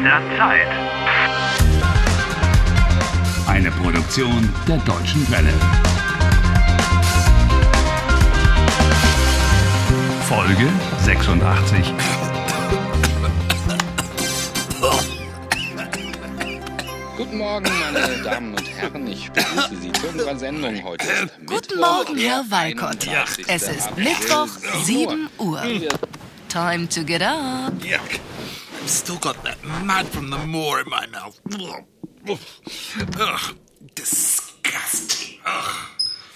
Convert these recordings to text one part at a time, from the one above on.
der Zeit. Eine Produktion der Deutschen Welle. Folge 86. Guten Morgen, meine Damen und Herren. Ich begrüße Sie zu unserer Sendung heute. Guten Morgen, Herr Walcott. Es ist Mittwoch, 7 Uhr. Time to get up. Yuck. I've still got that mud from the moor in my mouth. Ugh. Disgusting. Ugh.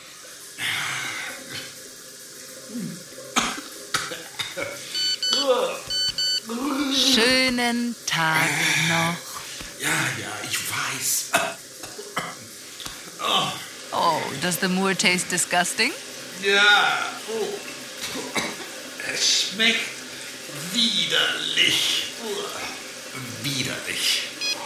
Schönen Tag noch. Ja, ich weiß. Oh, does the moor taste disgusting? Ja. Oh. Es schmeckt widerlich. Widerlich.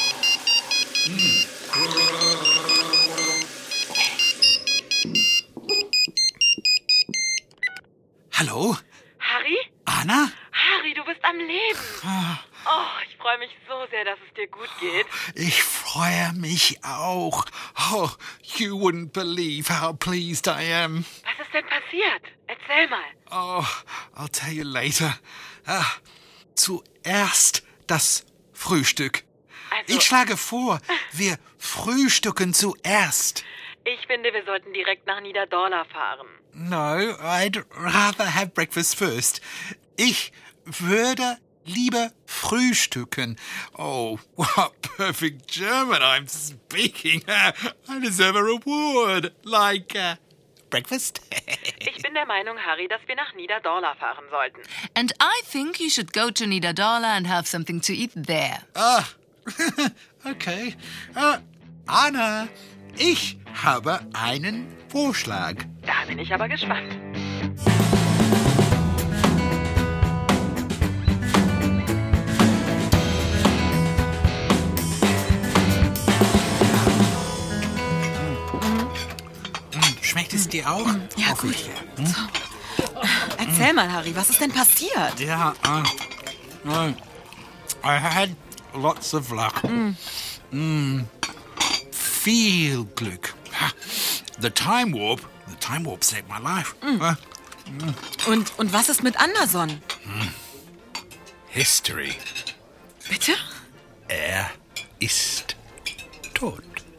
Hallo? Harry? Anna? Harry, du bist am Leben. Oh, ich freue mich so sehr, dass es dir gut geht. Ich freue mich auch. Oh, you wouldn't believe how pleased I am. Was ist denn passiert? Erzähl mal. Oh, I'll tell you later. Zuerst das Frühstück. Also, Ich schlage vor, wir frühstücken zuerst. ich finde, wir sollten direkt nach Niederdorla fahren. No, I'd rather have breakfast first. Ich würde lieber frühstücken. Oh, what perfect German I'm speaking. I deserve a reward. Like, breakfast? Ich bin der Meinung, Harry, dass wir nach Niederdorla fahren sollten. And I think you should go to Niederdorla and have something to eat there. Okay. Anna, ich habe einen Vorschlag. Da bin ich aber gespannt. Schmeckt es dir auch? Ja, gut. Erzähl mal, Harry, was ist denn passiert? Ja, I had lots of luck. Viel Glück. The time warp saved my life. Und was ist mit Anderson? History. Bitte? Er ist tot.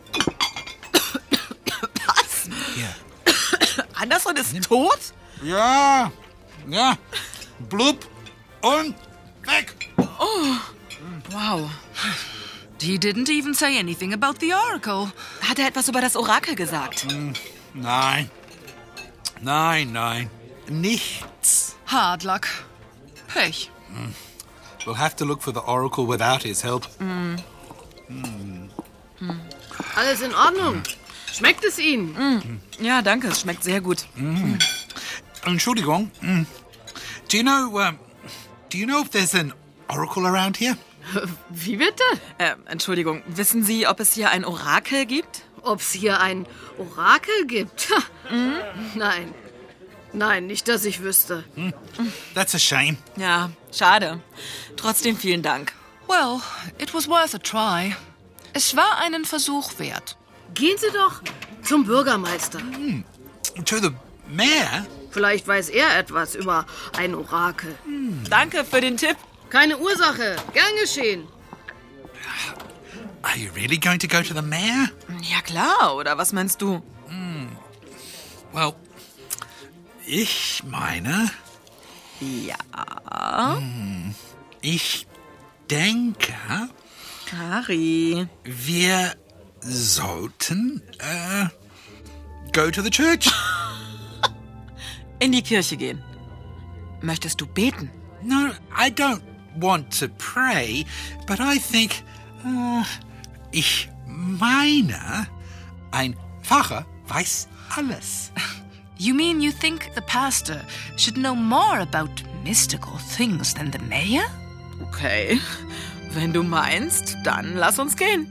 Was? Ja. Anderson ist tot? Ja. Blub und weg. Wow. He didn't even say anything about the oracle. Hat er etwas über das Orakel gesagt? Nein. Nichts. Hard luck. Pech. We'll have to look for the oracle without his help. Alles in Ordnung. Schmeckt es Ihnen? Ja, danke, es schmeckt sehr gut. Entschuldigung. Do you know if there's an oracle around here? Wie bitte? Entschuldigung, wissen Sie, ob es hier ein Orakel gibt? Ob es hier ein Orakel gibt? Nein, nicht, dass ich wüsste. That's a shame. Ja, schade. Trotzdem vielen Dank. Well, it was worth a try. Es war einen Versuch wert. Gehen Sie doch zum Bürgermeister. To the mayor? Vielleicht weiß er etwas über ein Orakel. Danke für den Tipp. Keine Ursache. Gern geschehen. Are you really going to go to the mayor? Ja klar, oder was meinst du? Well, ich meine, Ja, ich denke, Harry. wir sollten go to the church. In die Kirche gehen. Möchtest du beten? No, I don't want to pray, but I think, ich meine, ein Pfarrer weiß alles. You mean you think the pastor should know more about mystical things than the mayor? Okay, wenn du meinst, dann lass uns gehen.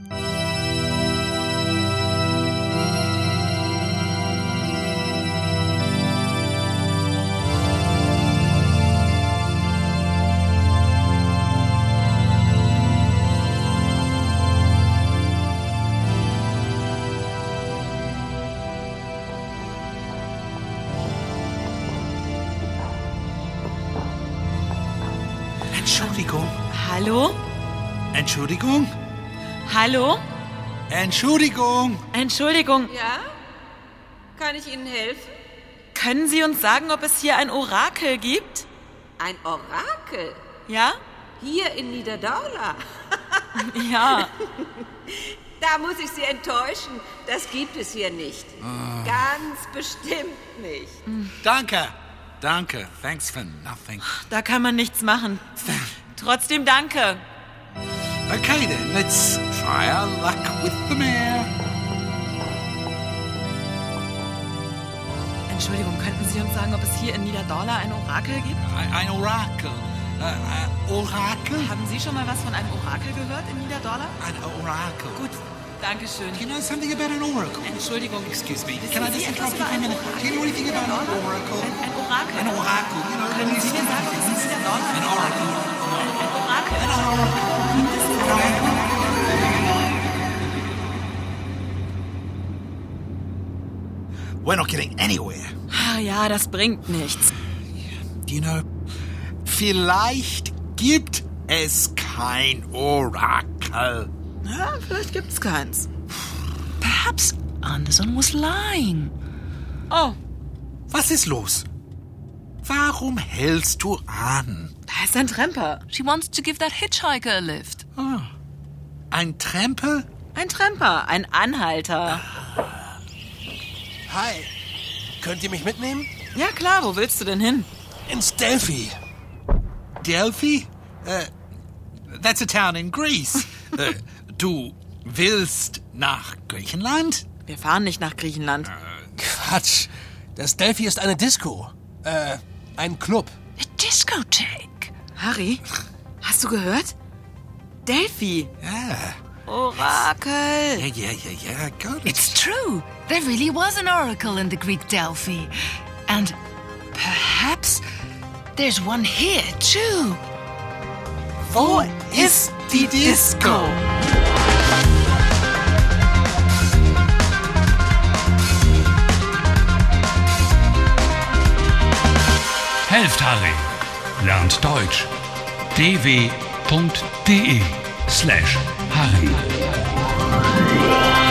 Entschuldigung. Hallo? Entschuldigung? Hallo? Entschuldigung. Entschuldigung, Ja? Kann ich Ihnen helfen? können Sie uns sagen, ob es hier ein Orakel gibt? Ein Orakel? Ja? Hier in Niederdaula? Ja. Da muss ich Sie enttäuschen. Das gibt es hier nicht. Ganz bestimmt nicht. Danke. Danke. Thanks for nothing. Da kann man nichts machen. Trotzdem danke. Okay then, let's try our luck with the mayor. Entschuldigung, könnten Sie uns sagen, ob es hier in Niederdaula ein Orakel gibt? Ein Orakel. Orakel? Haben Sie schon mal was von einem Orakel gehört in Niederdaula? Ein Orakel. Gut, danke schön. Do you know something about an oracle? Entschuldigung. Excuse me. Wissen Can I Sie just etwas interrupt you über for a ein minute? Orakel? Do you know anything about an oracle? Ein Orakel. An oracle, you know. Können Sie mir sagen, ob es in Niederdaula An oracle. ein Orakel? An oracle. We're not getting anywhere. Ah, ja, das bringt nichts. Do you know, vielleicht gibt es kein Orakel. Ja, vielleicht gibt's keins. Perhaps Anderson was lying. Oh, Was ist los? Warum hältst du an? da ist ein Tremper. She wants to give that hitchhiker a lift. Ein Trempel? Ein Tremper, ein Anhalter. Hi. Könnt ihr mich mitnehmen? Ja klar, wo willst du denn hin? Ins Delphi. Delphi? That's a town in Greece. Du willst nach Griechenland? Wir fahren nicht nach Griechenland. Quatsch. Das Delphi ist eine Disco. Ein Club. A discotheque. Harry, hast du gehört? Delphi. Ja. Orakel. Yeah, got it. It's true. There really was an oracle in the Greek Delphi. And perhaps there's one here too. Wo ist die Disco? Helft Harry. Lernt Deutsch. dw.de/Harry.